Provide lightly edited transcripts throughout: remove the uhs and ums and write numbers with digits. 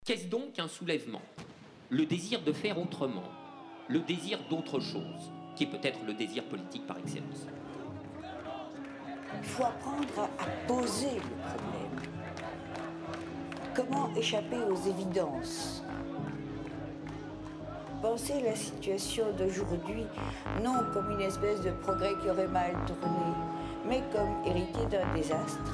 Qu'est-ce donc qu'un soulèvement ? Le désir de faire autrement, le désir d'autre chose, qui est peut-être le désir politique par excellence. Il faut apprendre à poser le problème. Comment échapper aux évidences ? Penser la situation d'aujourd'hui non comme une espèce de progrès qui aurait mal tourné, mais comme hérité d'un désastre.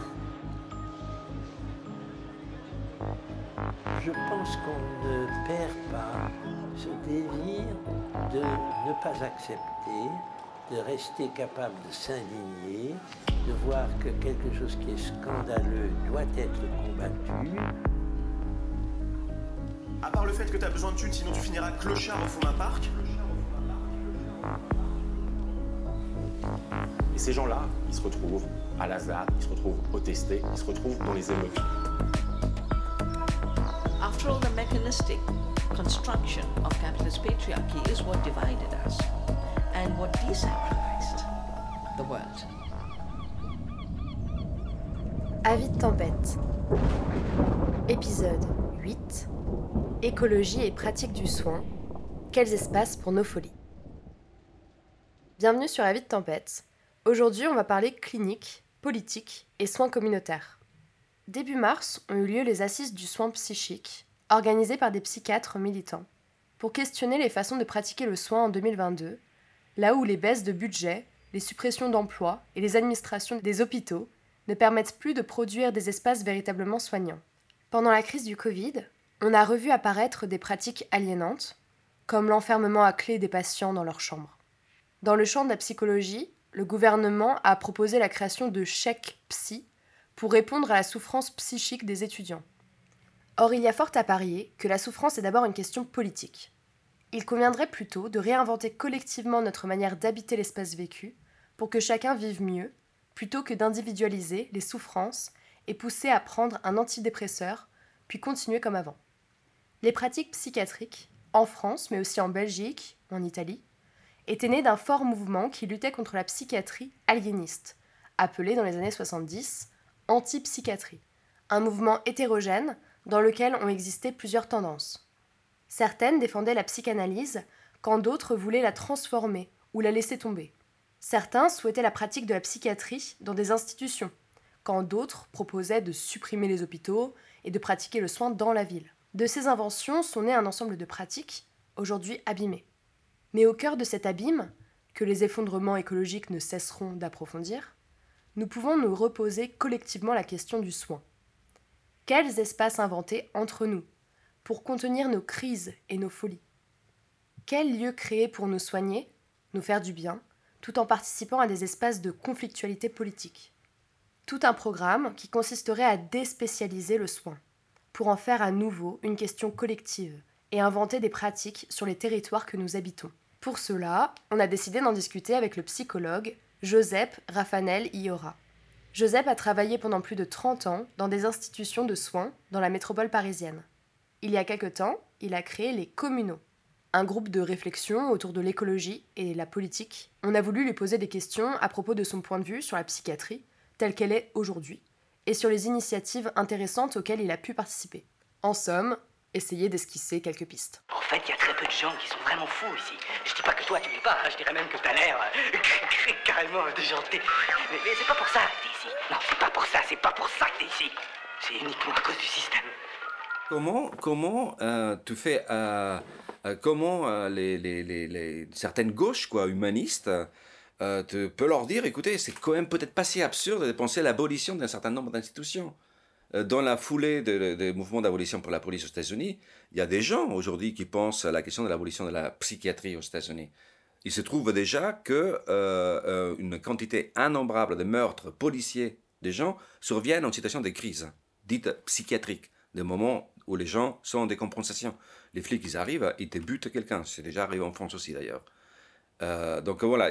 Je pense qu'on ne perd pas ce désir de ne pas accepter, de rester capable de s'indigner, de voir que quelque chose qui est scandaleux doit être combattu. À part le fait que tu as besoin de thunes, sinon tu finiras clochard au fond d'un parc. Et ces gens-là, ils se retrouvent à la ZAD, ils se retrouvent au testé, ils se retrouvent dans les émeutes. After all, the mechanistic construction of capitalist patriarchy is what divided us and what decentralized the world. Avis de tempête. Épisode 8. Écologie et pratique du soin. Quels espaces pour nos folies ? Bienvenue sur Avis de tempête. Aujourd'hui, on va parler clinique, politique et soins communautaires. Début mars ont eu lieu les assises du soin psychique, organisées par des psychiatres militants, pour questionner les façons de pratiquer le soin en 2022, là où les baisses de budget, les suppressions d'emplois et les administrations des hôpitaux ne permettent plus de produire des espaces véritablement soignants. Pendant la crise du Covid, on a revu apparaître des pratiques aliénantes, comme l'enfermement à clé des patients dans leur chambre. Dans le champ de la psychologie, le gouvernement a proposé la création de chèques psy pour répondre à la souffrance psychique des étudiants. Or, il y a fort à parier que la souffrance est d'abord une question politique. Il conviendrait plutôt de réinventer collectivement notre manière d'habiter l'espace vécu pour que chacun vive mieux, plutôt que d'individualiser les souffrances et pousser à prendre un antidépresseur, puis continuer comme avant. Les pratiques psychiatriques, en France, mais aussi en Belgique, en Italie, étaient nées d'un fort mouvement qui luttait contre la psychiatrie aliéniste, appelée dans les années 70 anti-psychiatrie, un mouvement hétérogène dans lequel ont existé plusieurs tendances. Certaines défendaient la psychanalyse, quand d'autres voulaient la transformer ou la laisser tomber. Certains souhaitaient la pratique de la psychiatrie dans des institutions, quand d'autres proposaient de supprimer les hôpitaux et de pratiquer le soin dans la ville. De ces inventions sont nées un ensemble de pratiques, aujourd'hui abîmées. Mais au cœur de cet abîme, que les effondrements écologiques ne cesseront d'approfondir, nous pouvons nous reposer collectivement la question du soin. Quels espaces inventer entre nous, pour contenir nos crises et nos folies ? Quels lieux créer pour nous soigner, nous faire du bien, tout en participant à des espaces de conflictualité politique ? Tout un programme qui consisterait à déspécialiser le soin, pour en faire à nouveau une question collective et inventer des pratiques sur les territoires que nous habitons. Pour cela, on a décidé d'en discuter avec le psychologue Josep Rafanel Iora. Josep a travaillé pendant plus de 30 ans dans des institutions de soins dans la métropole parisienne. Il y a quelque temps, il a créé les Communaux, un groupe de réflexion autour de l'écologie et la politique. On a voulu lui poser des questions à propos de son point de vue sur la psychiatrie, telle qu'elle est aujourd'hui, et sur les initiatives intéressantes auxquelles il a pu participer. En somme, essayer d'esquisser quelques pistes. En fait, il y a très peu de gens qui sont vraiment fous ici. Je dis pas que toi tu l'es pas, hein. Je dirais même que t'as l'air carrément déjanté. Mais c'est pas pour ça que t'es ici. Non, c'est pas pour ça que t'es ici. C'est uniquement à cause du système. Comment tu fais comment certaines gauches humanistes tu peux leur dire écoutez, c'est quand même peut-être pas si absurde de penser à l'abolition d'un certain nombre d'institutions. Dans la foulée des mouvements d'abolition pour la police aux États-Unis, il y a des gens aujourd'hui qui pensent à la question de l'abolition de la psychiatrie aux États-Unis. Il se trouve déjà qu'une quantité innombrable de meurtres policiers des gens surviennent en situation de crise, dite psychiatrique, des moments où les gens sont en décompensation. Les flics, ils arrivent, ils te butent quelqu'un. C'est déjà arrivé en France aussi d'ailleurs. Donc voilà,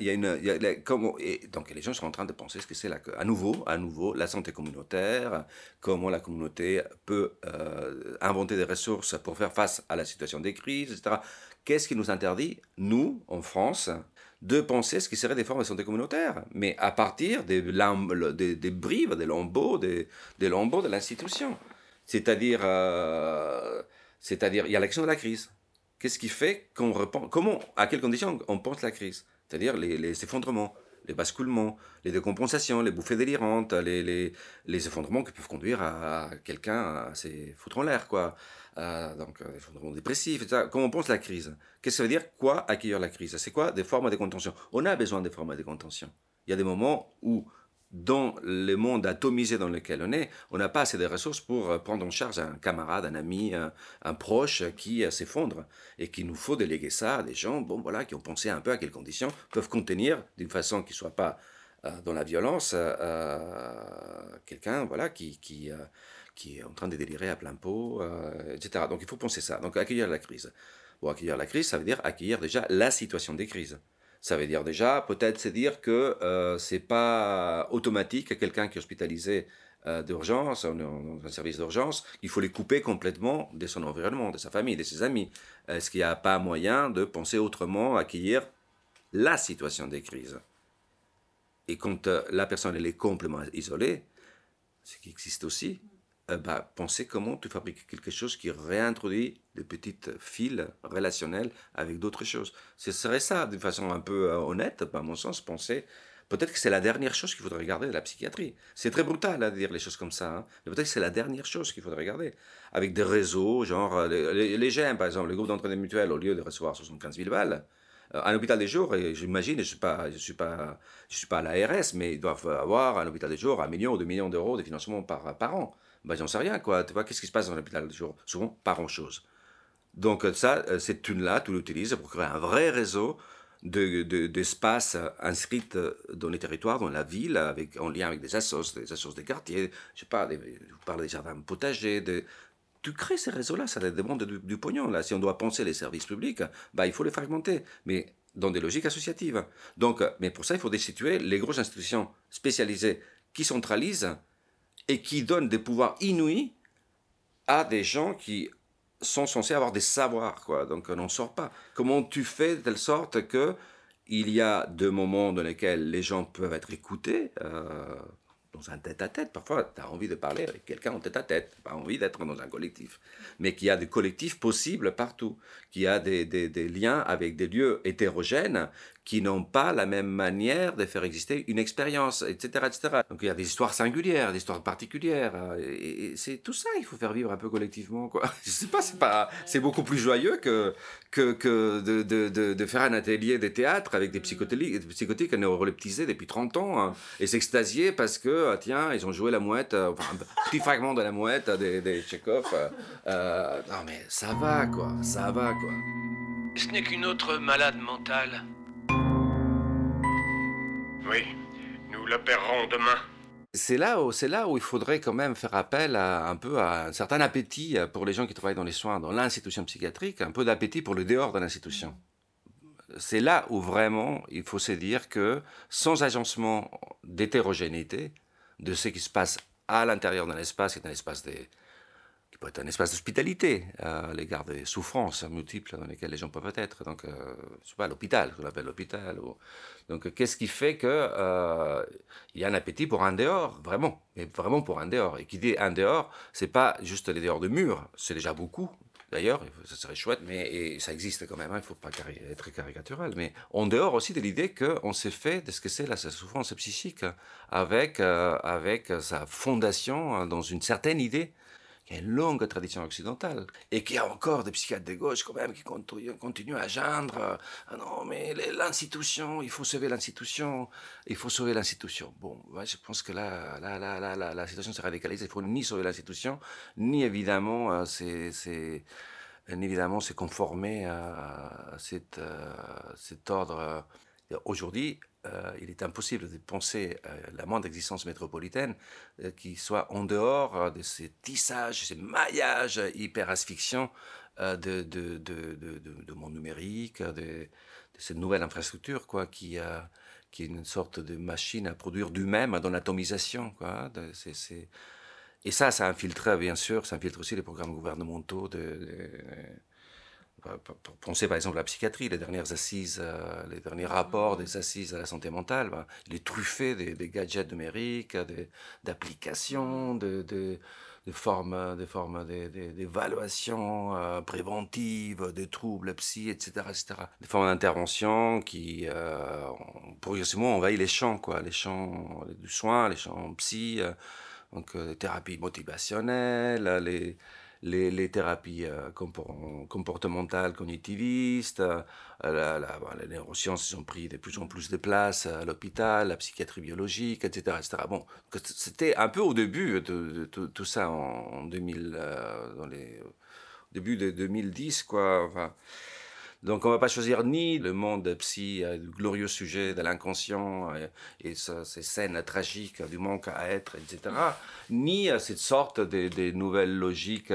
donc les gens sont en train de penser ce que c'est à nouveau la santé communautaire, comment la communauté peut inventer des ressources pour faire face à la situation des crises, etc. Qu'est-ce qui nous interdit, nous, en France, de penser ce qui serait des formes de santé communautaire, mais à partir des brives, des lambeaux de l'institution. C'est-à-dire, il y a la question de la crise. Qu'est-ce qui fait qu'on repense, à quelles conditions on pense la crise? C'est-à-dire les effondrements, les basculements, les décompensations, les bouffées délirantes, les effondrements qui peuvent conduire à quelqu'un à se foutre en l'air, quoi. Donc, effondrement dépressif, etc. Comment on pense la crise? Qu'est-ce que ça veut dire, quoi, accueillir la crise? C'est quoi des formes de contention? On a besoin des formes de contention. Il y a des moments où, dans le monde atomisé dans lequel on n'a pas assez de ressources pour prendre en charge un camarade, un ami, un proche qui s'effondre. Et qu'il nous faut déléguer ça à des gens qui ont pensé un peu à quelles conditions peuvent contenir, d'une façon qui ne soit pas dans la violence, quelqu'un qui est en train de délirer à plein pot, etc. Donc il faut penser ça. Donc accueillir la crise. Bon, accueillir la crise, ça veut dire accueillir déjà la situation des crises. Ça veut dire déjà, peut-être, c'est dire que ce n'est pas automatique que quelqu'un qui est hospitalisé d'urgence, dans un service d'urgence, il faut les couper complètement de son environnement, de sa famille, de ses amis. Est-ce qu'il n'y a pas moyen de penser autrement, accueillir la situation des crises? Et quand la personne elle est complètement isolée, ce qui existe aussi, penser comment tu fabriques quelque chose qui réintroduit des petites fils relationnels avec d'autres choses. Ce serait ça, d'une façon un peu honnête, à mon sens, penser. Peut-être que c'est la dernière chose qu'il faudrait regarder de la psychiatrie. C'est très brutal de dire les choses comme ça, hein, mais peut-être que c'est la dernière chose qu'il faudrait regarder. Avec des réseaux, genre les GEM, par exemple, les groupes d'entraide mutuelle, au lieu de recevoir 75 000 balles, un hôpital des jours, et j'imagine, je ne suis pas à l'ARS, mais ils doivent avoir un hôpital des jours 1 million ou 2 millions d'euros de financement par an. J'en sais rien, quoi. Tu vois, qu'est-ce qui se passe dans l'hôpital des jours? Souvent, pas grand-chose. Donc ça, cette thune-là, tu l'utilises pour créer un vrai réseau d'espaces inscrits dans les territoires, dans la ville, en lien avec des assos des quartiers, je sais pas, vous parlez des jardins potagers, tu crées ces réseaux-là, ça demande du pognon. Là. Si on doit penser les services publics, il faut les fragmenter, mais dans des logiques associatives. Donc, mais pour ça, il faut destituer les grosses institutions spécialisées qui centralisent et qui donnent des pouvoirs inouïs à des gens qui sont censés avoir des savoirs, quoi. Donc on n'en sort pas. Comment tu fais de telle sorte que il y a des moments dans lesquels les gens peuvent être écoutés, dans un tête-à-tête. Parfois, tu as envie de parler avec quelqu'un en tête-à-tête, pas envie d'être dans un collectif. Mais qu'il y a des collectifs possibles partout, qu'il y a des liens avec des lieux hétérogènes qui n'ont pas la même manière de faire exister une expérience, etc., etc. Donc il y a des histoires singulières, des histoires particulières, et c'est tout ça, il faut faire vivre un peu collectivement, quoi. Je sais pas, c'est beaucoup plus joyeux que de faire un atelier de théâtre avec des psychotiques neuroleptisés depuis 30 ans, hein, et s'extasier parce que, tiens, ils ont joué la mouette, un petit fragment de la mouette des Tchekhov. Non mais ça va, quoi. Ce n'est qu'une autre malade mentale. Oui, nous l'opérerons demain. C'est là où il faudrait quand même faire appel un peu à un certain appétit pour les gens qui travaillent dans les soins, dans l'institution psychiatrique, un peu d'appétit pour le dehors de l'institution. C'est là où vraiment il faut se dire que sans agencement d'hétérogénéité, de ce qui se passe à l'intérieur d'un espace, qui est un espace qui peut être un espace d'hospitalité à l'égard des souffrances multiples dans lesquelles les gens peuvent être. Donc, je sais pas, l'hôpital, ce qu'on appelle l'hôpital. Donc, qu'est-ce qui fait qu'il y a un appétit pour un dehors, vraiment, mais vraiment pour un dehors. Et qui dit un dehors, c'est pas juste les dehors de murs, c'est déjà beaucoup. D'ailleurs, ça serait chouette, mais ça existe quand même, hein, il ne faut pas être caricatural, mais en dehors aussi de l'idée qu'on s'est fait de ce que c'est la souffrance psychique, avec sa fondation dans une certaine idée. Il y a une longue tradition occidentale, et qu'il y a encore des psychiatres de gauche quand même qui continuent à geindre non mais l'institution, il faut sauver l'institution. Bon, ouais, je pense que là la situation se radicalise. Il faut ni sauver l'institution, ni évidemment se conformer à cet ordre. Aujourd'hui, il est impossible de penser la moindre existence métropolitaine qui soit en dehors de ces tissages, ces maillages hyper asphyxiants de monde numérique, de cette nouvelle infrastructure, quoi, qui est une sorte de machine à produire du même dans l'atomisation, quoi. Et ça infiltre, bien sûr, ça infiltre aussi les programmes gouvernementaux pour penser par exemple à la psychiatrie, les dernières assises, les derniers rapports des assises à la santé mentale, il est truffé des gadgets numériques, d'applications, de formes d'évaluation préventive des troubles psy, etc., etc. Des formes d'intervention qui progressivement envahissent les champs, quoi, les champs du soin, les champs psy, donc les thérapies motivationnelles, les thérapies comportementales, cognitivistes, les neurosciences ont pris de plus en plus de place à l'hôpital, la psychiatrie biologique, etc., etc. Bon, c'était un peu au début de tout ça en 2000, début de 2010, quoi. Enfin, donc on ne va pas choisir ni le monde psy, le glorieux sujet de l'inconscient et ces scènes tragiques du manque à être, etc., ni cette sorte de nouvelles logiques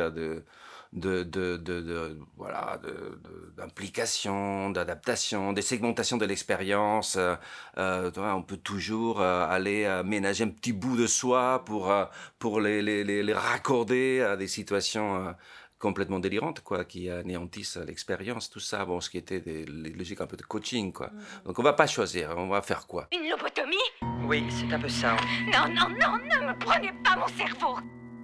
d'implication, d'adaptation, de segmentation de l'expérience. On peut toujours aller ménager un petit bout de soi pour les raccorder à des situations complètement délirantes, quoi, qui anéantissent l'expérience, tout ça, bon, ce qui était les logiques un peu de coaching, quoi. Donc on va pas choisir, on va faire quoi? Une lobotomie? Oui, c'est un peu ça. Non, non, non, ne me prenez pas mon cerveau.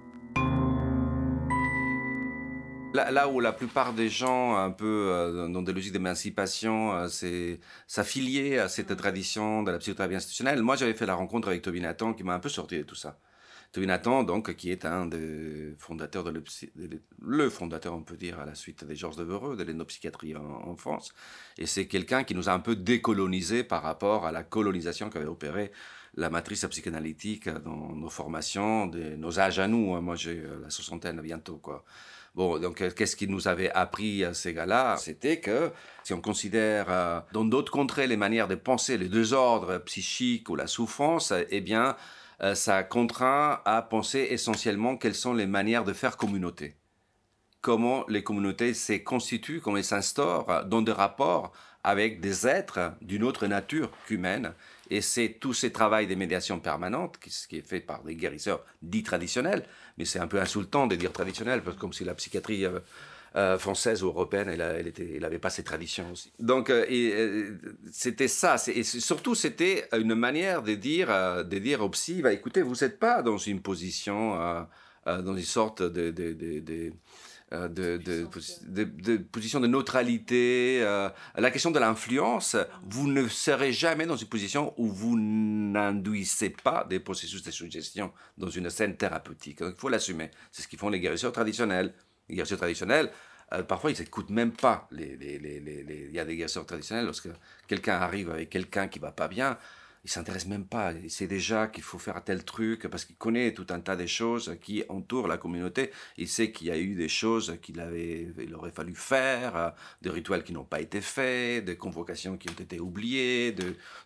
Là où la plupart des gens, un peu dans des logiques d'émancipation, s'affiliaient à cette tradition de la psychothérapie institutionnelle, moi j'avais fait la rencontre avec Toby Nathan qui m'a un peu sorti de tout ça. Toby Nathan, donc, qui est un des fondateurs le fondateur, on peut dire, à la suite des Georges Devereux, de l'ethnopsychiatrie en France. Et c'est quelqu'un qui nous a un peu décolonisé par rapport à la colonisation qu'avait opérée la matrice psychanalytique dans nos formations, nos âges à nous. Moi, j'ai la soixantaine bientôt, quoi. Bon, donc, qu'est-ce qu'ils nous avaient appris à ces gars-là? C'était que, si on considère dans d'autres contrées les manières de penser, les désordres psychiques ou la souffrance, eh bien, ça contraint à penser essentiellement quelles sont les manières de faire communauté. Comment les communautés se constituent, comment elles s'instaurent dans des rapports avec des êtres d'une autre nature qu'humaine. Et c'est tout ce travail de médiation permanente qui est fait par des guérisseurs dits traditionnels, mais c'est un peu insultant de dire traditionnel, parce que comme si la psychiatrie française ou européenne, elle n'avait pas ces traditions aussi. Donc, c'était ça. Et surtout, c'était une manière de dire aux psy, bah, écoutez, vous n'êtes pas dans une position, dans une sorte de position de neutralité. La question de l'influence, vous ne serez jamais dans une position où vous n'induisez pas des processus de suggestion dans une scène thérapeutique. Donc, il faut l'assumer. C'est ce qu'ils font les guérisseurs traditionnels. Les guérisseurs traditionnels, parfois, ils n'écoutent même pas. Il y a des guérisseurs traditionnels, lorsque quelqu'un arrive avec quelqu'un qui ne va pas bien, il ne s'intéresse même pas. Il sait déjà qu'il faut faire tel truc, parce qu'il connaît tout un tas de choses qui entourent la communauté. Il sait qu'il y a eu des choses il aurait fallu faire, des rituels qui n'ont pas été faits, des convocations qui ont été oubliées,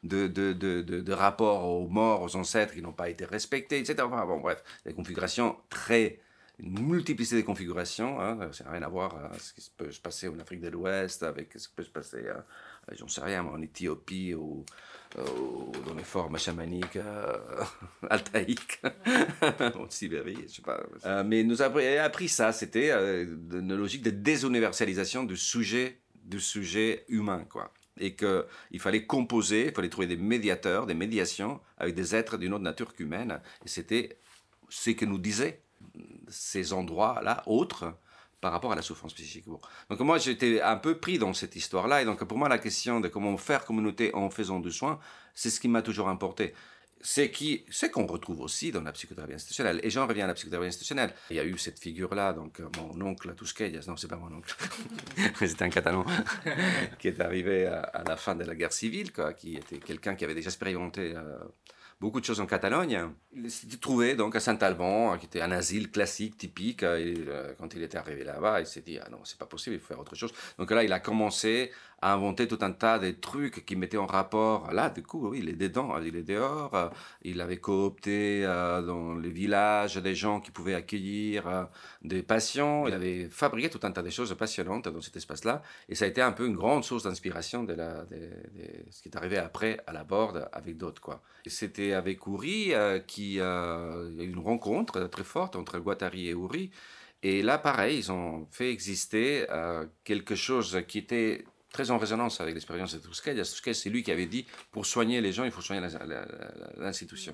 de rapports aux morts, aux ancêtres qui n'ont pas été respectés, etc. Enfin, bon, bref, des configurations une multiplicité de configurations, hein, ça n'a rien à voir avec ce qui peut se passer en Afrique de l'Ouest, avec ce qui peut se passer, j'en sais rien, en Éthiopie ou dans les formes chamaniques altaïques, en Sibérie, je sais pas. Mais nous avons appris ça, c'était une logique de désuniversalisation du sujet humain, quoi. Et qu'il fallait composer, il fallait trouver des médiateurs, des médiations avec des êtres d'une autre nature qu'humaine. Et c'était ce que nous disaient ces endroits-là, autres, par rapport à la souffrance psychique. Bon. Donc moi, j'étais un peu pris dans cette histoire-là, et donc pour moi, la question de comment faire communauté en faisant du soin, c'est ce qui m'a toujours importé. C'est qu'on retrouve aussi dans la psychothérapie institutionnelle. Et j'en reviens à la psychothérapie institutionnelle. Il y a eu cette figure-là, donc mon oncle Tusquellas, non, c'est pas mon oncle, c'était un Catalan, qui est arrivé à la fin de la guerre civile, quoi, qui était quelqu'un qui avait déjà expérimenté beaucoup de choses en Catalogne. Il s'est trouvé donc à Saint-Alban, qui était un asile classique, typique. Quand il était arrivé là-bas, il s'est dit « Ah non, c'est pas possible, il faut faire autre chose ». Donc là, il a commencé à inventer tout un tas de trucs qui mettaient en rapport. Là, du coup, oui, il est dedans, il est dehors. Il avait coopté dans les villages des gens qui pouvaient accueillir des patients. Il avait fabriqué tout un tas de choses passionnantes dans cet espace-là. Et ça a été un peu une grande source d'inspiration de ce qui est arrivé après à la Borde avec d'autres, quoi. Et c'était avec Ouri il y a eu une rencontre très forte entre Guattari et Ouri. Et là, pareil, ils ont fait exister quelque chose qui était très en résonance avec l'expérience de Tusquellas. Tusquellas, c'est lui qui avait dit, pour soigner les gens, il faut soigner l'institution.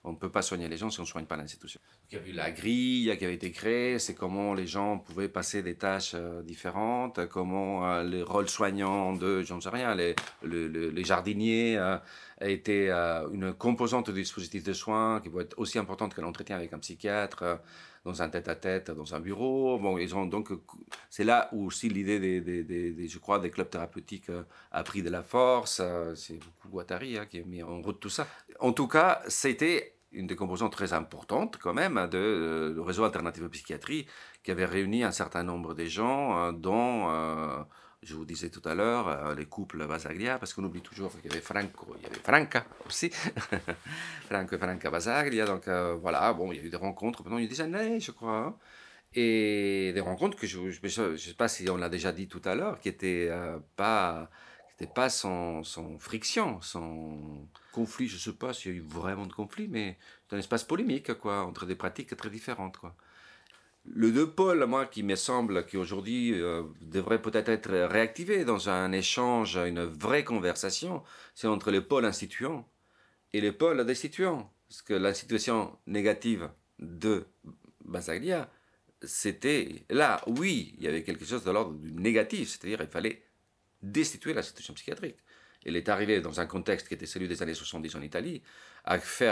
On ne peut pas soigner les gens si on ne soigne pas l'institution. Il y a eu la grille qui avait été créée, c'est comment les gens pouvaient passer des tâches différentes, comment les rôles soignants de, j'en sais rien, les jardiniers étaient une composante du dispositif de soins qui peut être aussi importante que l'entretien avec un psychiatre, dans un tête-à-tête, dans un bureau. Bon, ils ont donc, c'est là où aussi l'idée je crois, des clubs thérapeutiques a pris de la force. C'est beaucoup Guattari qui a mis en route tout ça. En tout cas, c'était une des composantes très importantes quand même de le réseau alternatif de psychiatrie qui avait réuni un certain nombre de gens dont, je vous disais tout à l'heure, les couples Basaglia, parce qu'on oublie toujours qu'il y avait Franco, il y avait Franca aussi, Franco et Franca Basaglia, donc voilà, bon, il y a eu des rencontres pendant des années, je crois, hein, et des rencontres que je ne sais pas si on l'a déjà dit tout à l'heure, qui n'étaient pas sans friction, sans conflit. Je ne sais pas s'il y a eu vraiment de conflit, mais c'est un espace polémique, quoi, entre des pratiques très différentes, quoi. Le deux pôles, moi, qui me semble qu'aujourd'hui devrait peut-être être réactivé dans un échange, une vraie conversation, c'est entre le pôle instituant et le pôle destituant. Parce que la situation négative de Basaglia, c'était là, oui, il y avait quelque chose de l'ordre du négatif, c'est-à-dire il fallait destituer l'institution psychiatrique. Il est arrivé dans un contexte qui était celui des années 70 en Italie, à faire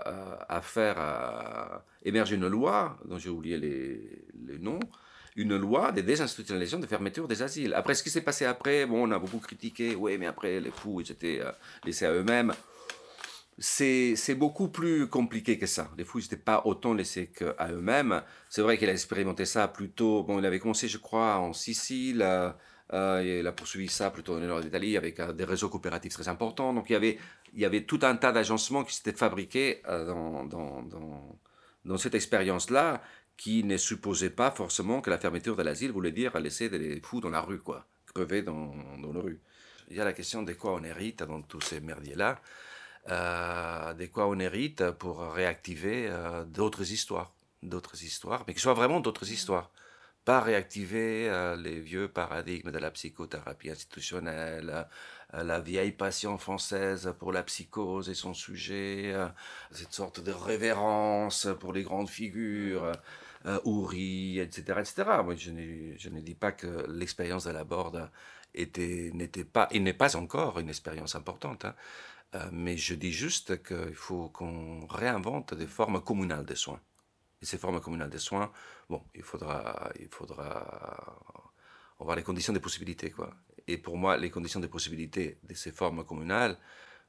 émerger une loi, dont j'ai oublié les noms, une loi de désinstitutionnalisation, de fermeture des asiles. Après, ce qui s'est passé après, bon, on a beaucoup critiqué, oui, mais après, les fous, ils étaient laissés à eux-mêmes. C'est beaucoup plus compliqué que ça. Les fous, ils n'étaient pas autant laissés qu'à eux-mêmes. C'est vrai qu'il a expérimenté ça plutôt, bon, il avait commencé, je crois, en Sicile, il a poursuivi ça plutôt dans le nord d'Italie avec des réseaux coopératifs très importants. Donc il y avait tout un tas d'agencements qui s'étaient fabriqués dans cette expérience-là, qui ne supposait pas forcément que la fermeture de l'asile voulait dire laisser des fous dans la rue, quoi, crever dans la rue. Il y a la question de quoi on hérite dans tous ces merdiers-là, de quoi on hérite pour réactiver d'autres histoires, mais qui soient vraiment d'autres histoires. Pas réactiver les vieux paradigmes de la psychothérapie institutionnelle, la vieille passion française pour la psychose et son sujet, cette sorte de révérence pour les grandes figures, Houry, etc., etc. Moi, je ne dis pas que l'expérience de Laborde n'était pas, et n'est pas encore une expérience importante, hein, mais je dis juste qu'il faut qu'on réinvente des formes communales de soins. Et ces formes communales de soins, bon, il faudra voir les conditions des possibilités, quoi. Et pour moi, les conditions des possibilités de ces formes communales,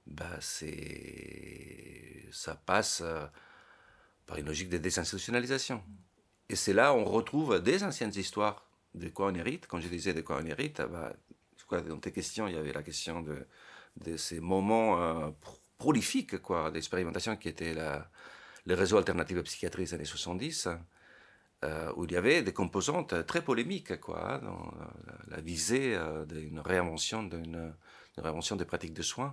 ça passe par une logique de désinstitutionnalisation. Et c'est là où on retrouve des anciennes histoires de quoi on hérite. Quand je disais de quoi on hérite, dans tes questions, il y avait la question de ces moments prolifiques, quoi, d'expérimentation qui étaient les réseaux alternatifs de psychiatrie des années 70, où il y avait des composantes très polémiques, quoi, dans la visée d'une réinvention des pratiques de soins,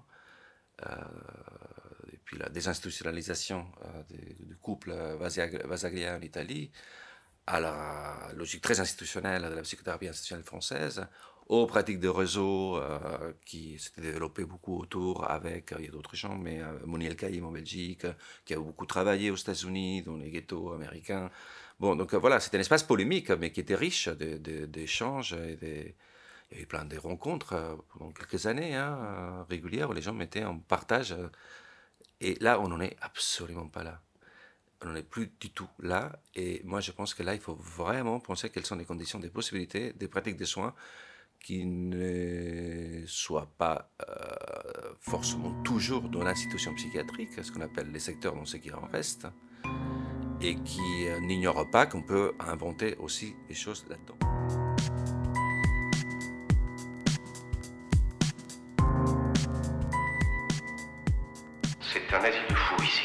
et puis la désinstitutionnalisation du couple Basaglia en Italie, à la logique très institutionnelle de la psychothérapie institutionnelle française, aux pratiques de réseau qui s'étaient développées beaucoup autour avec, il y a d'autres gens, mais Moniel Caïm en Belgique, qui a beaucoup travaillé aux États-Unis, dans les ghettos américains. Bon, donc voilà, c'était un espace polémique, mais qui était riche d'échanges. Il y a eu plein de rencontres pendant quelques années, hein, régulières, où les gens mettaient en partage. Et là, on n'en est absolument pas là. On n'en est plus du tout là. Et moi, je pense que là, il faut vraiment penser quelles sont les conditions, des possibilités, des pratiques de soins qui ne soient pas forcément toujours dans l'institution psychiatrique, ce qu'on appelle les secteurs dans ce qui en reste, et qui n'ignorent pas qu'on peut inventer aussi des choses là-dedans. C'est un asile de fous ici.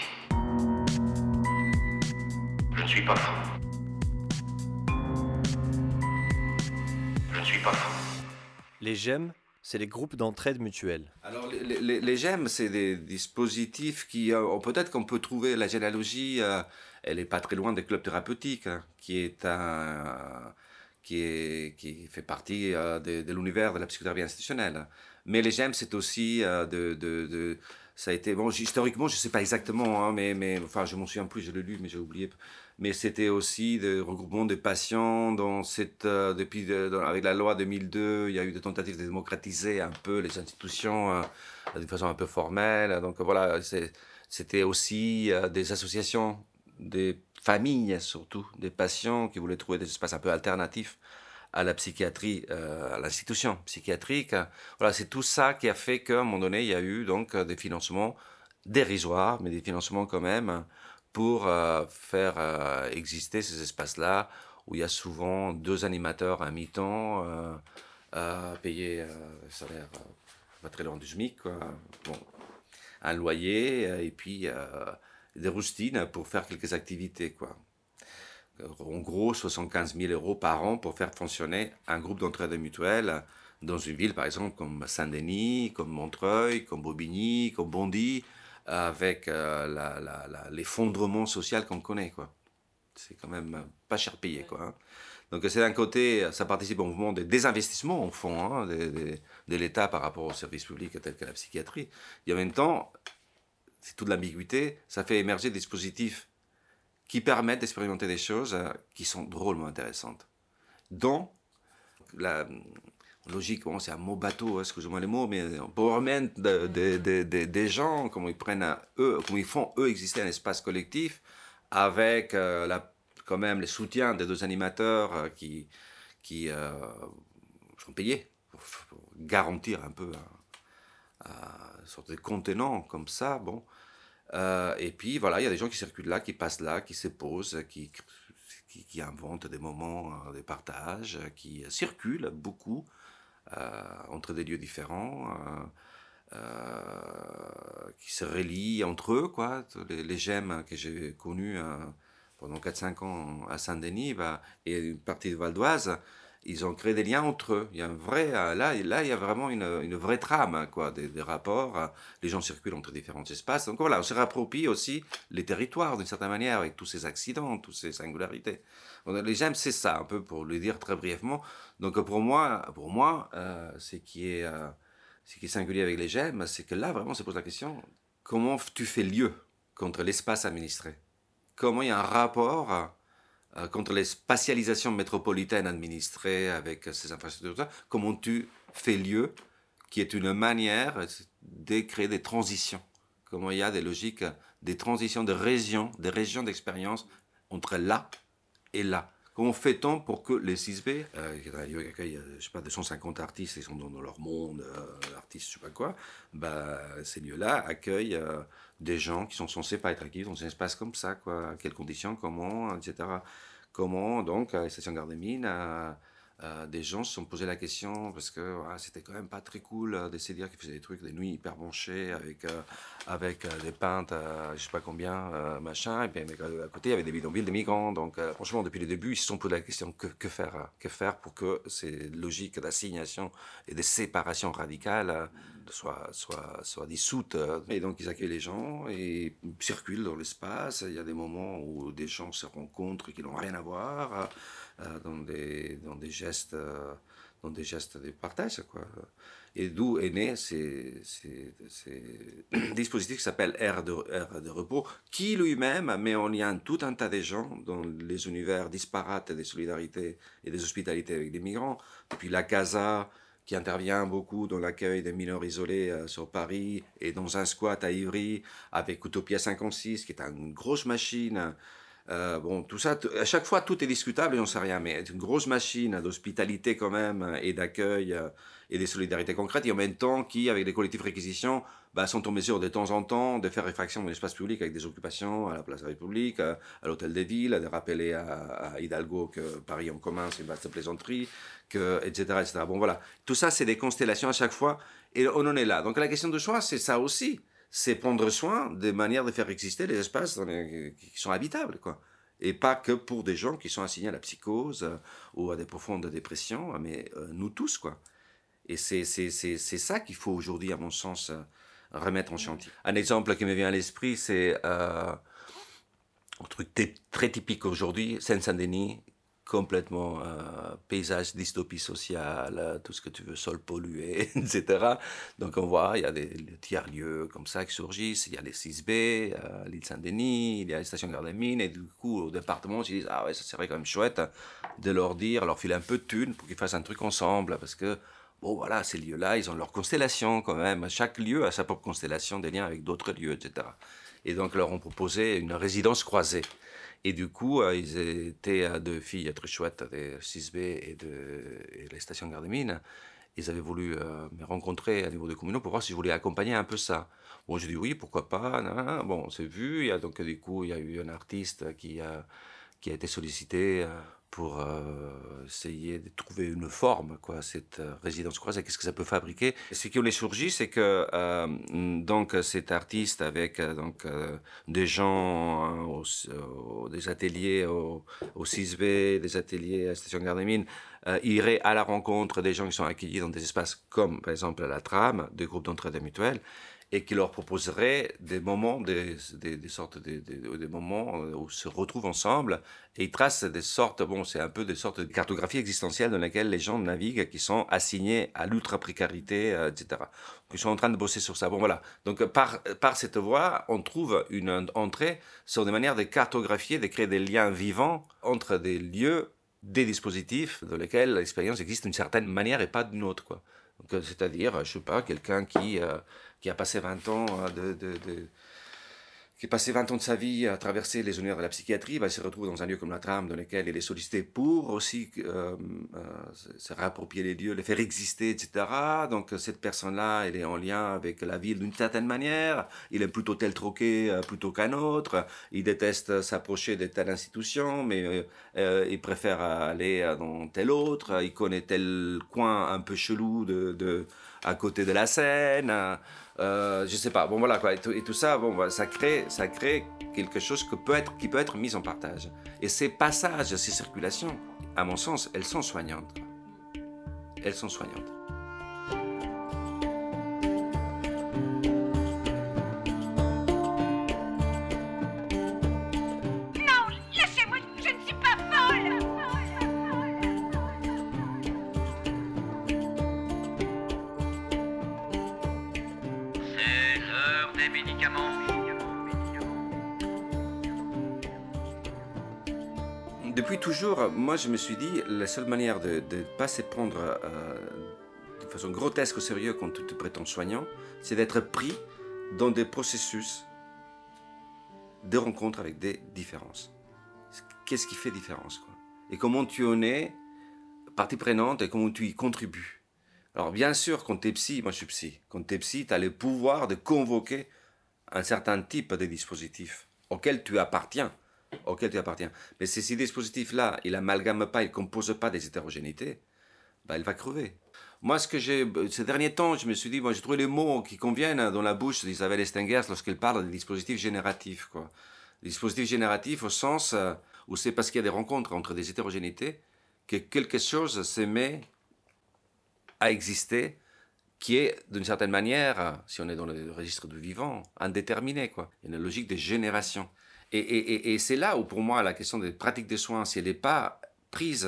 Je ne suis pas fou. Je ne suis pas fou. Les GEM, c'est les groupes d'entraide mutuelle. Alors, les GEM, c'est des dispositifs qui, peut-être qu'on peut trouver la généalogie, elle n'est pas très loin des clubs thérapeutiques, hein, qui fait partie de l'univers de la psychothérapie institutionnelle. Mais les GEM, c'est aussi ça a été, bon, historiquement, je ne sais pas exactement, hein, mais enfin, je m'en souviens plus, je l'ai lu, mais j'ai oublié. Mais c'était aussi des regroupements de patients dans avec la loi 2002, il y a eu des tentatives de démocratiser un peu les institutions de façon un peu formelle. Donc voilà, c'était aussi des associations, des familles surtout, des patients qui voulaient trouver des espaces un peu alternatifs à la psychiatrie, à l'institution psychiatrique. Voilà, c'est tout ça qui a fait qu'à un moment donné, il y a eu donc des financements dérisoires, mais des financements quand même, pour faire exister ces espaces-là, où il y a souvent 2 animateurs à mi-temps, payés salaire pas très loin du SMIC, quoi. Bon, un loyer, et puis des roustines pour faire quelques activités, quoi. En gros, 75 000 € par an pour faire fonctionner un groupe d'entraide mutuelle dans une ville, par exemple, comme Saint-Denis, comme Montreuil, comme Bobigny, comme Bondy, avec l'effondrement social qu'on connaît, quoi. C'est quand même pas cher payé, quoi. Hein. Donc c'est d'un côté, ça participe au mouvement de désinvestissement, au fond, hein, de l'État par rapport aux services publics tels que la psychiatrie. Et en même temps, c'est toute l'ambiguïté, ça fait émerger des dispositifs qui permettent d'expérimenter des choses qui sont drôlement intéressantes. Dont la logique, bon, c'est un mot bateau, excusez-moi les mots, mais empowerment des gens, comment ils prennent comment ils font eux exister un espace collectif avec quand même le soutien des 2 animateurs qui sont payés pour garantir un peu une sorte de contenant comme ça, bon. Et puis voilà, il y a des gens qui circulent là, qui passent là, qui se posent, qui inventent des moments de partage, qui circulent beaucoup entre des lieux différents, qui se relient entre eux, quoi. Les GEM que j'ai connus pendant 4-5 ans à Saint-Denis et une partie de Val d'Oise, ils ont créé des liens entre eux. Il y a un vrai, là, il y a vraiment une vraie trame, quoi, des rapports. Les gens circulent entre différents espaces. Donc voilà, on se réapproprie aussi les territoires d'une certaine manière avec tous ces accidents, toutes ces singularités. Donc, les GEM, c'est ça, un peu pour le dire très brièvement. Donc pour moi, ce qui est singulier avec les GEM, c'est que là, vraiment, on se pose la question, comment tu fais lieu contre l'espace administré? Comment il y a un rapport contre les spatialisations métropolitaines administrées avec ces infrastructures, comment tu fais lieu, qui est une manière de créer des transitions. Comment il y a des logiques, des transitions des régions d'expérience entre là et là. Comment fait-on pour que les 6B, qui accueillent, je sais pas, 250 artistes, ils sont dans leur monde, artistes, je sais pas quoi, ces lieux-là accueillent des gens qui sont censés pas être acquis dans un espace comme ça, quoi. À quelles conditions, comment, etc. Comment, donc, à la station Gare des Mines, des gens se sont posé la question, parce que c'était quand même pas très cool d'essayer de dire qu'ils faisaient des trucs, des nuits hyper branchées, avec des peintes, je sais pas combien, machin, et puis à côté, il y avait des bidonvilles, des migrants. Donc, franchement, depuis le début, ils se sont posé la question, que faire pour que ces logiques d'assignation et de séparation radicale soient dissoutes. Et donc, ils accueillent les gens et circulent dans l'espace. Il y a des moments où des gens se rencontrent qui n'ont rien à voir, dans des gestes de partage, quoi. Et d'où est né ces dispositifs qui s'appellent Aire de repos, qui lui-même met en lien tout un tas de gens dans les univers disparates des solidarités et des hospitalités avec des migrants. Et puis la CASA, qui intervient beaucoup dans l'accueil des mineurs isolés sur Paris, et dans un squat à Ivry, avec Utopia 56, qui est une grosse machine. Bon, tout ça, à chaque fois, tout est discutable et on ne sait rien, mais c'est une grosse machine d'hospitalité quand même, et d'accueil, et des solidarités concrètes, et en même temps qui, avec des collectifs réquisitions, sont en mesure de temps en temps de faire réfraction dans l'espace public avec des occupations à la place de la République, à l'Hôtel des Villes, de rappeler à Hidalgo que Paris en commun, c'est une vaste plaisanterie, etc., etc. Bon, voilà. Tout ça, c'est des constellations à chaque fois, et on en est là. Donc la question de choix, c'est ça aussi. C'est prendre soin des manières de faire exister les espaces qui sont habitables, quoi. Et pas que pour des gens qui sont assignés à la psychose ou à des profondes dépressions, mais nous tous, quoi. Et c'est ça qu'il faut aujourd'hui, à mon sens, remettre en chantier. Un exemple qui me vient à l'esprit, c'est un truc très typique aujourd'hui, Seine-Saint-Denis, complètement paysage, dystopie sociale, tout ce que tu veux, sol pollué, etc. Donc on voit, il y a des tiers-lieux comme ça qui surgissent, il y a les 6B, l'île Saint-Denis, il y a les stations Gare des Mines, et du coup, au département, ils disent, ah ouais, ça serait quand même chouette de leur dire, leur filer un peu de thunes pour qu'ils fassent un truc ensemble, parce que, bon voilà, ces lieux-là, ils ont leur constellation quand même, chaque lieu a sa propre constellation, des liens avec d'autres lieux, etc. Et donc, leur ont proposé une résidence croisée. Et du coup, ils étaient deux filles très chouettes, des 6B et les stations Gare des Mines. Ils avaient voulu me rencontrer à niveau de communaux pour voir si je voulais accompagner un peu ça. Bon, j'ai dit oui, pourquoi pas. Bon, on s'est vu. Donc, du coup, il y a eu un artiste qui a été sollicité pour essayer de trouver une forme, quoi, cette résidence croisée. Qu'est-ce que ça peut fabriquer? Ce qui en est surgi, c'est que donc cet artiste avec des gens, des ateliers au 6B, des ateliers à la station Gare des Mines, irait à la rencontre des gens qui sont accueillis dans des espaces comme par exemple la Trame, des groupes d'entraide mutuelle, et qui leur proposerait des moments, des moments où ils se retrouvent ensemble et ils tracent des sortes, bon, c'est un peu des sortes de cartographies existentielles dans lesquelles les gens naviguent, qui sont assignés à l'ultra-précarité, etc. Donc, ils sont en train de bosser sur ça. Bon, voilà. Donc, par cette voie, on trouve une entrée sur des manières de cartographier, de créer des liens vivants entre des lieux, des dispositifs dans lesquels l'expérience existe d'une certaine manière et pas d'une autre, quoi. Donc, c'est-à-dire, je sais pas, quelqu'un qui a passé 20 ans qui a passé 20 ans de sa vie à traverser les univers de la psychiatrie, il se retrouve dans un lieu comme la Trame, dans lequel il est sollicité pour aussi se réapproprier les lieux, les faire exister, etc. Donc cette personne-là, elle est en lien avec la ville d'une certaine manière, il aime plutôt tel troquet plutôt qu'un autre, il déteste s'approcher de telle institution, mais il préfère aller dans tel autre, il connaît tel coin un peu chelou à côté de la Seine, je sais pas, bon voilà quoi, et tout ça, bon, ça crée quelque chose qui peut être mis en partage. Et ces passages, ces circulations, à mon sens, elles sont soignantes. Elles sont soignantes. Depuis toujours, moi je me suis dit, la seule manière de ne pas se prendre de façon grotesque au sérieux quand tu te prétends soignant, c'est d'être pris dans des processus de rencontres avec des différences. Qu'est-ce qui fait différence, quoi? Et comment tu en es partie prenante et comment tu y contribues. Alors bien sûr, quand tu es psy, moi je suis psy, quand tu es psy, tu as le pouvoir de convoquer un certain type de dispositif auquel tu appartiens. Mais si ces dispositifs-là, il n'amalgame pas, il ne compose pas des hétérogénéités, il va crever. Moi, ces derniers temps, je me suis dit, j'ai trouvé les mots qui conviennent dans la bouche d'Isabelle Stengers lorsqu'elle parle des dispositifs génératifs, quoi. Les dispositifs génératifs au sens où c'est parce qu'il y a des rencontres entre des hétérogénéités que quelque chose se met à exister qui est, d'une certaine manière, si on est dans le registre du vivant, indéterminé, quoi. Il y a une logique de génération. Et c'est là où, pour moi, la question des pratiques des soins, si elle n'est pas prise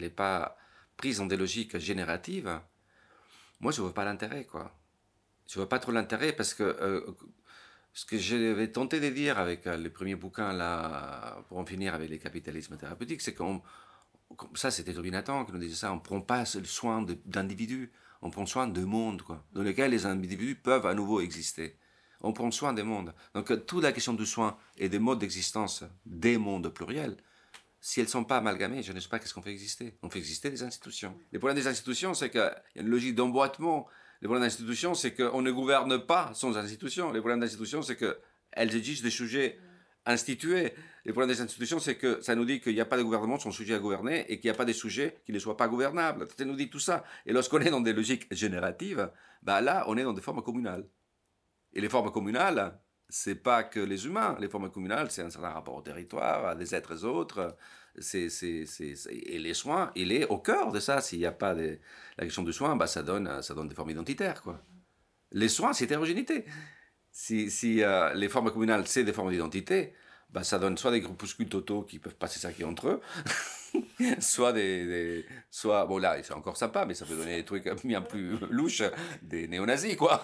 dans des logiques génératives, moi, je ne vois pas l'intérêt, quoi. Je ne vois pas trop l'intérêt parce que ce que j'avais tenté de dire avec les premiers bouquins, là, pour en finir avec les capitalismes thérapeutiques, c'est ça, c'était Toby Nathan qui nous disait ça, on ne prend pas le soin d'individus, on prend soin de mondes, quoi, dans lesquels les individus peuvent à nouveau exister. On prend soin des mondes. Donc, toute la question du soin et des modes d'existence des mondes pluriels, si elles ne sont pas amalgamées, je ne sais pas qu'est-ce qu'on fait exister. On fait exister des institutions. Le problème des institutions, c'est qu'il y a une logique d'emboîtement. Le problème des institutions, c'est qu'on ne gouverne pas sans institutions. Le problème des institutions, c'est qu'elles exigent des sujets institués. Le problème des institutions, c'est que ça nous dit qu'il n'y a pas de gouvernement sans sujet à gouverner et qu'il n'y a pas des sujets qui ne soient pas gouvernables. Ça nous dit tout ça. Et lorsqu'on est dans des logiques génératives, là, on est dans des formes communales. Et les formes communales, c'est pas que les humains. Les formes communales, c'est un certain rapport au territoire, à des êtres autres. Et les soins, il est au cœur de ça. S'il n'y a pas la question du soin, ça donne des formes identitaires, quoi. Les soins, c'est hétérogénéité. Si les formes communales, c'est des formes d'identité, bah, ça donne soit des groupuscules totaux qui peuvent passer ça qui entre eux, soit bon là c'est encore sympa, mais ça peut donner des trucs bien plus louches, des néo-nazis quoi,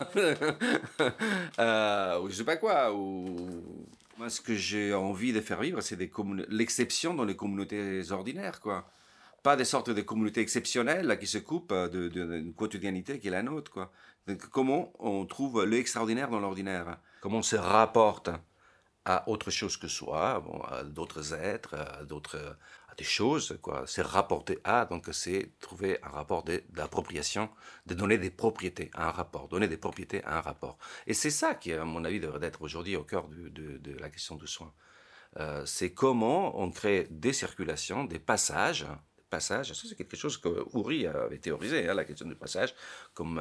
ou je sais pas quoi. Moi, ce que j'ai envie de faire vivre, c'est l'exception dans les communautés ordinaires, quoi. Pas des sortes de communautés exceptionnelles là, qui se coupent d'une quotidiennité qui est la nôtre, quoi. Donc, comment on trouve l'extraordinaire dans l'ordinaire? Comment on se rapporte à autre chose que soi, bon, à d'autres êtres, à des choses, quoi. C'est rapporter à, donc c'est trouver un rapport d'appropriation, de donner des propriétés à un rapport, donner des propriétés à un rapport. Et c'est ça qui, à mon avis, devrait être aujourd'hui au cœur de la question du soin. C'est comment on crée des circulations, des passages. Ça c'est quelque chose que Houry avait théorisé, hein, la question du passage, comme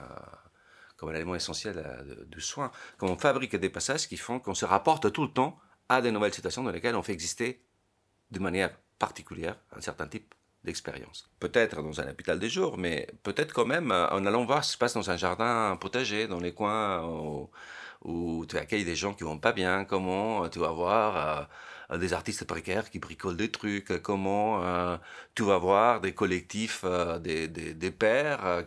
un élément essentiel du soin. Comme on fabrique des passages qui font qu'on se rapporte tout le temps à de nouvelles situations dans lesquelles on fait exister de manière particulière un certain type d'expérience. Peut-être dans un hôpital des jours, mais peut-être quand même en allant voir ce qui se passe dans un jardin potager, dans les coins où tu accueilles des gens qui vont pas bien, comment tu vas voir des artistes précaires qui bricolent des trucs, comment tu vas voir des collectifs, des pères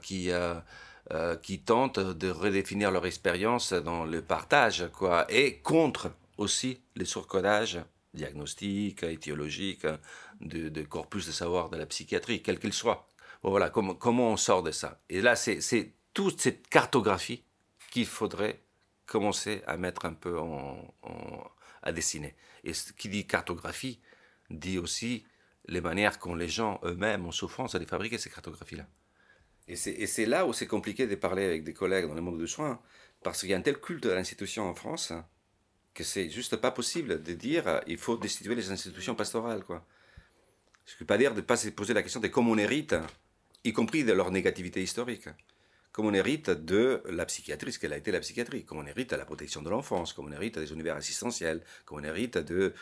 qui tentent de redéfinir leur expérience dans le partage, quoi, et contre aussi les surcodages diagnostiques, étiologiques, de corpus de savoir de la psychiatrie, quel qu'il soit. Bon, voilà, comment on sort de ça. Et là, c'est toute cette cartographie qu'il faudrait commencer à mettre un peu à dessiner. Et ce qui dit cartographie dit aussi les manières qu'ont les gens eux-mêmes en souffrance à les fabriquer, ces cartographies-là. Et c'est là où c'est compliqué de parler avec des collègues dans le monde du soin, parce qu'il y a un tel culte de l'institution en France que c'est juste pas possible de dire il faut destituer les institutions pastorales, quoi. Je ne veux pas dire de ne pas se poser la question de comment on hérite, y compris de leur négativité historique. Comme on hérite de la psychiatrie, ce qu'elle a été la psychiatrie, comme on hérite de la protection de l'enfance, comme on hérite des univers assistentiels, comme on hérite de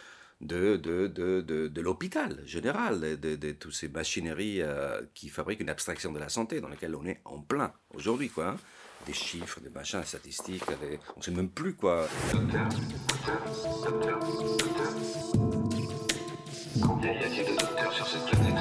l'hôpital général, de toutes ces machineries qui fabriquent une abstraction de la santé dans laquelle on est en plein aujourd'hui, quoi. Hein. Des chiffres, des machins, des statistiques, on ne sait même plus quoi. Combien y a-t-il de docteurs sur cette planète ?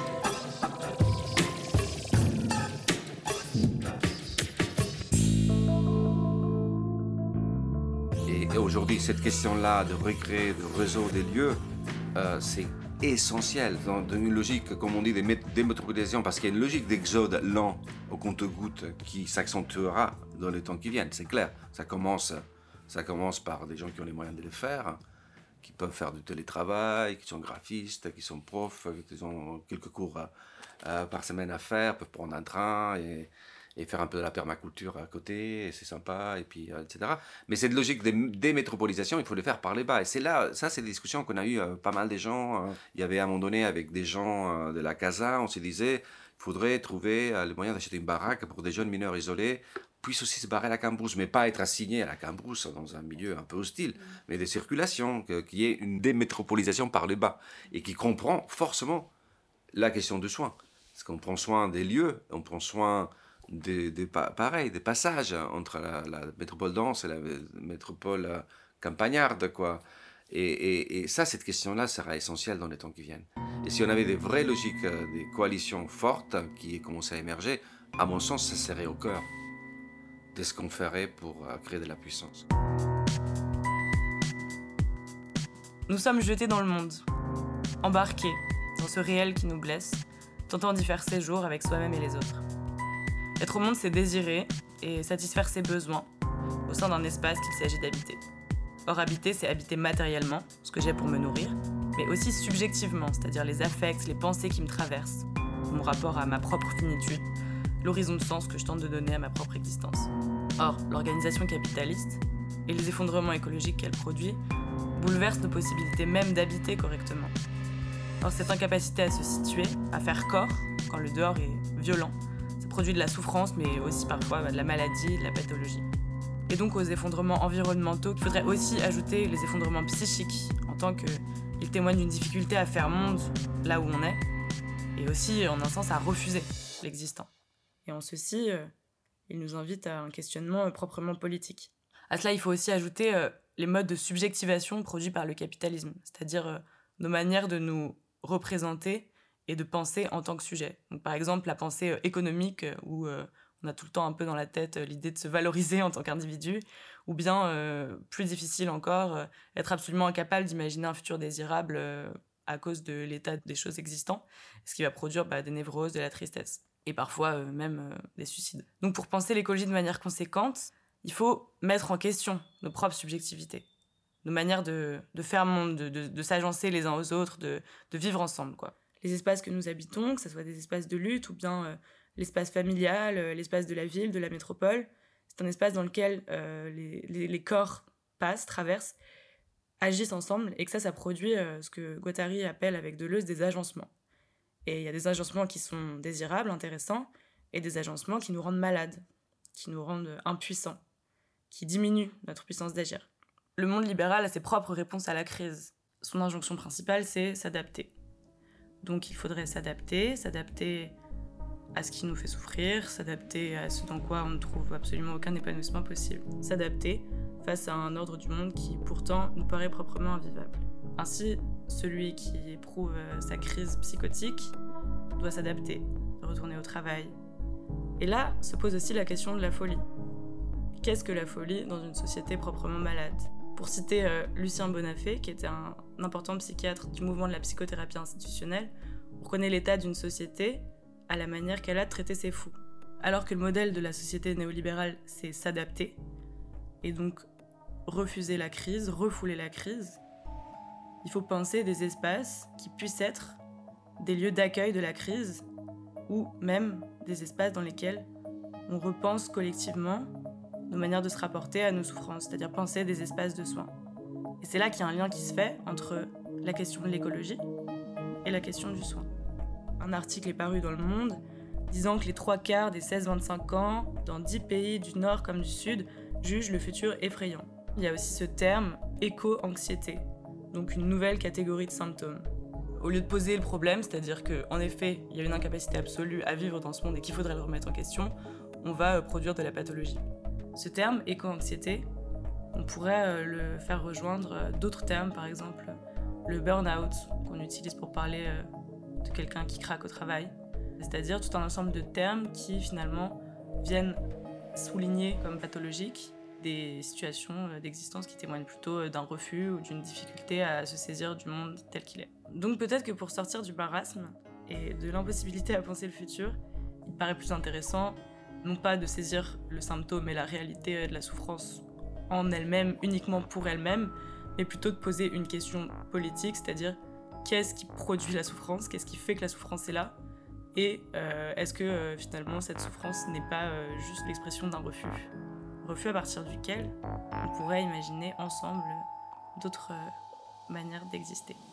Et aujourd'hui, cette question-là de recréer le réseau des lieux, c'est essentiel dans une logique, comme on dit, de démétropolisation, parce qu'il y a une logique d'exode lent au compte-gouttes qui s'accentuera dans les temps qui viennent, c'est clair. Ça commence par des gens qui ont les moyens de le faire, qui peuvent faire du télétravail, qui sont graphistes, qui sont profs, qui ont quelques cours par semaine à faire, peuvent prendre un train et faire un peu de la permaculture à côté, et c'est sympa, et puis, etc. Mais cette logique de démétropolisation, il faut le faire par les bas. Et c'est là, ça, c'est des discussions qu'on a eues pas mal des gens. Il y avait à un moment donné, avec des gens de la CASA, on se disait, il faudrait trouver le moyen d'acheter une baraque pour des jeunes mineurs isolés, puissent aussi se barrer à la Cambrousse, mais pas être assignés à la Cambrousse dans un milieu un peu hostile, mais de circulation, qu'il y ait une démétropolisation par les bas, et qui comprend forcément la question du soin. Parce qu'on prend soin des lieux, on prend soin des passages entre la métropole dense et la métropole campagnarde, quoi. Et ça, cette question-là sera essentielle dans les temps qui viennent. Et si on avait des vraies logiques, des coalitions fortes qui commencent à émerger, à mon sens, ça serait au cœur de ce qu'on ferait pour créer de la puissance. Nous sommes jetés dans le monde, embarqués dans ce réel qui nous blesse, tentant d'y faire séjour avec soi-même et les autres. Être au monde, c'est désirer et satisfaire ses besoins au sein d'un espace qu'il s'agit d'habiter. Or, habiter, c'est habiter matériellement, ce que j'ai pour me nourrir, mais aussi subjectivement, c'est-à-dire les affects, les pensées qui me traversent, mon rapport à ma propre finitude, l'horizon de sens que je tente de donner à ma propre existence. Or, l'organisation capitaliste et les effondrements écologiques qu'elle produit bouleversent nos possibilités même d'habiter correctement. Or, cette incapacité à se situer, à faire corps, quand le dehors est violent, produit de la souffrance, mais aussi parfois de la maladie, de la pathologie. Et donc aux effondrements environnementaux, il faudrait aussi ajouter les effondrements psychiques, en tant qu'ils témoignent d'une difficulté à faire monde là où on est, et aussi en un sens à refuser l'existant. Et en ceci, il nous invite à un questionnement proprement politique. À cela, il faut aussi ajouter les modes de subjectivation produits par le capitalisme, c'est-à-dire nos manières de nous représenter et de penser en tant que sujet. Donc, par exemple, la pensée économique, où on a tout le temps un peu dans la tête l'idée de se valoriser en tant qu'individu, ou bien, plus difficile encore, être absolument incapable d'imaginer un futur désirable à cause de l'état des choses existantes, ce qui va produire des névroses, de la tristesse, et parfois même des suicides. Donc pour penser l'écologie de manière conséquente, il faut mettre en question nos propres subjectivités, nos manières de faire monde, de s'agencer les uns aux autres, de vivre ensemble, quoi. Les espaces que nous habitons, que ce soit des espaces de lutte ou bien l'espace familial, l'espace de la ville, de la métropole, c'est un espace dans lequel les corps passent, traversent, agissent ensemble, et que ça produit ce que Guattari appelle avec Deleuze des agencements. Et il y a des agencements qui sont désirables, intéressants, et des agencements qui nous rendent malades, qui nous rendent impuissants, qui diminuent notre puissance d'agir. Le monde libéral a ses propres réponses à la crise. Son injonction principale, c'est s'adapter. Donc il faudrait s'adapter à ce qui nous fait souffrir, s'adapter à ce dans quoi on ne trouve absolument aucun épanouissement possible. S'adapter face à un ordre du monde qui pourtant nous paraît proprement invivable. Ainsi, celui qui éprouve sa crise psychotique doit s'adapter, retourner au travail. Et là se pose aussi la question de la folie. Qu'est-ce que la folie dans une société proprement malade ? Pour citer Lucien Bonafé, qui était un important psychiatre du mouvement de la psychothérapie institutionnelle, on reconnaît l'état d'une société à la manière qu'elle a de traiter ses fous. Alors que le modèle de la société néolibérale, c'est s'adapter, et donc refuser la crise, refouler la crise, il faut penser des espaces qui puissent être des lieux d'accueil de la crise, ou même des espaces dans lesquels on repense collectivement nos manières de se rapporter à nos souffrances, c'est-à-dire penser des espaces de soins. Et c'est là qu'il y a un lien qui se fait entre la question de l'écologie et la question du soin. Un article est paru dans Le Monde disant que les 3/4 des 16-25 ans, dans 10 pays du Nord comme du Sud, jugent le futur effrayant. Il y a aussi ce terme éco-anxiété, donc une nouvelle catégorie de symptômes. Au lieu de poser le problème, c'est-à-dire qu'en effet, il y a une incapacité absolue à vivre dans ce monde et qu'il faudrait le remettre en question, on va produire de la pathologie. Ce terme, éco-anxiété, on pourrait le faire rejoindre d'autres termes, par exemple le burn-out, qu'on utilise pour parler de quelqu'un qui craque au travail. C'est-à-dire tout un ensemble de termes qui, finalement, viennent souligner comme pathologiques des situations d'existence qui témoignent plutôt d'un refus ou d'une difficulté à se saisir du monde tel qu'il est. Donc peut-être que pour sortir du marasme et de l'impossibilité à penser le futur, il paraît plus intéressant non pas de saisir le symptôme et la réalité de la souffrance en elle-même, uniquement pour elle-même, mais plutôt de poser une question politique, c'est-à-dire qu'est-ce qui produit la souffrance, qu'est-ce qui fait que la souffrance est là, et est-ce que finalement cette souffrance n'est pas juste l'expression d'un refus à partir duquel on pourrait imaginer ensemble d'autres manières d'exister.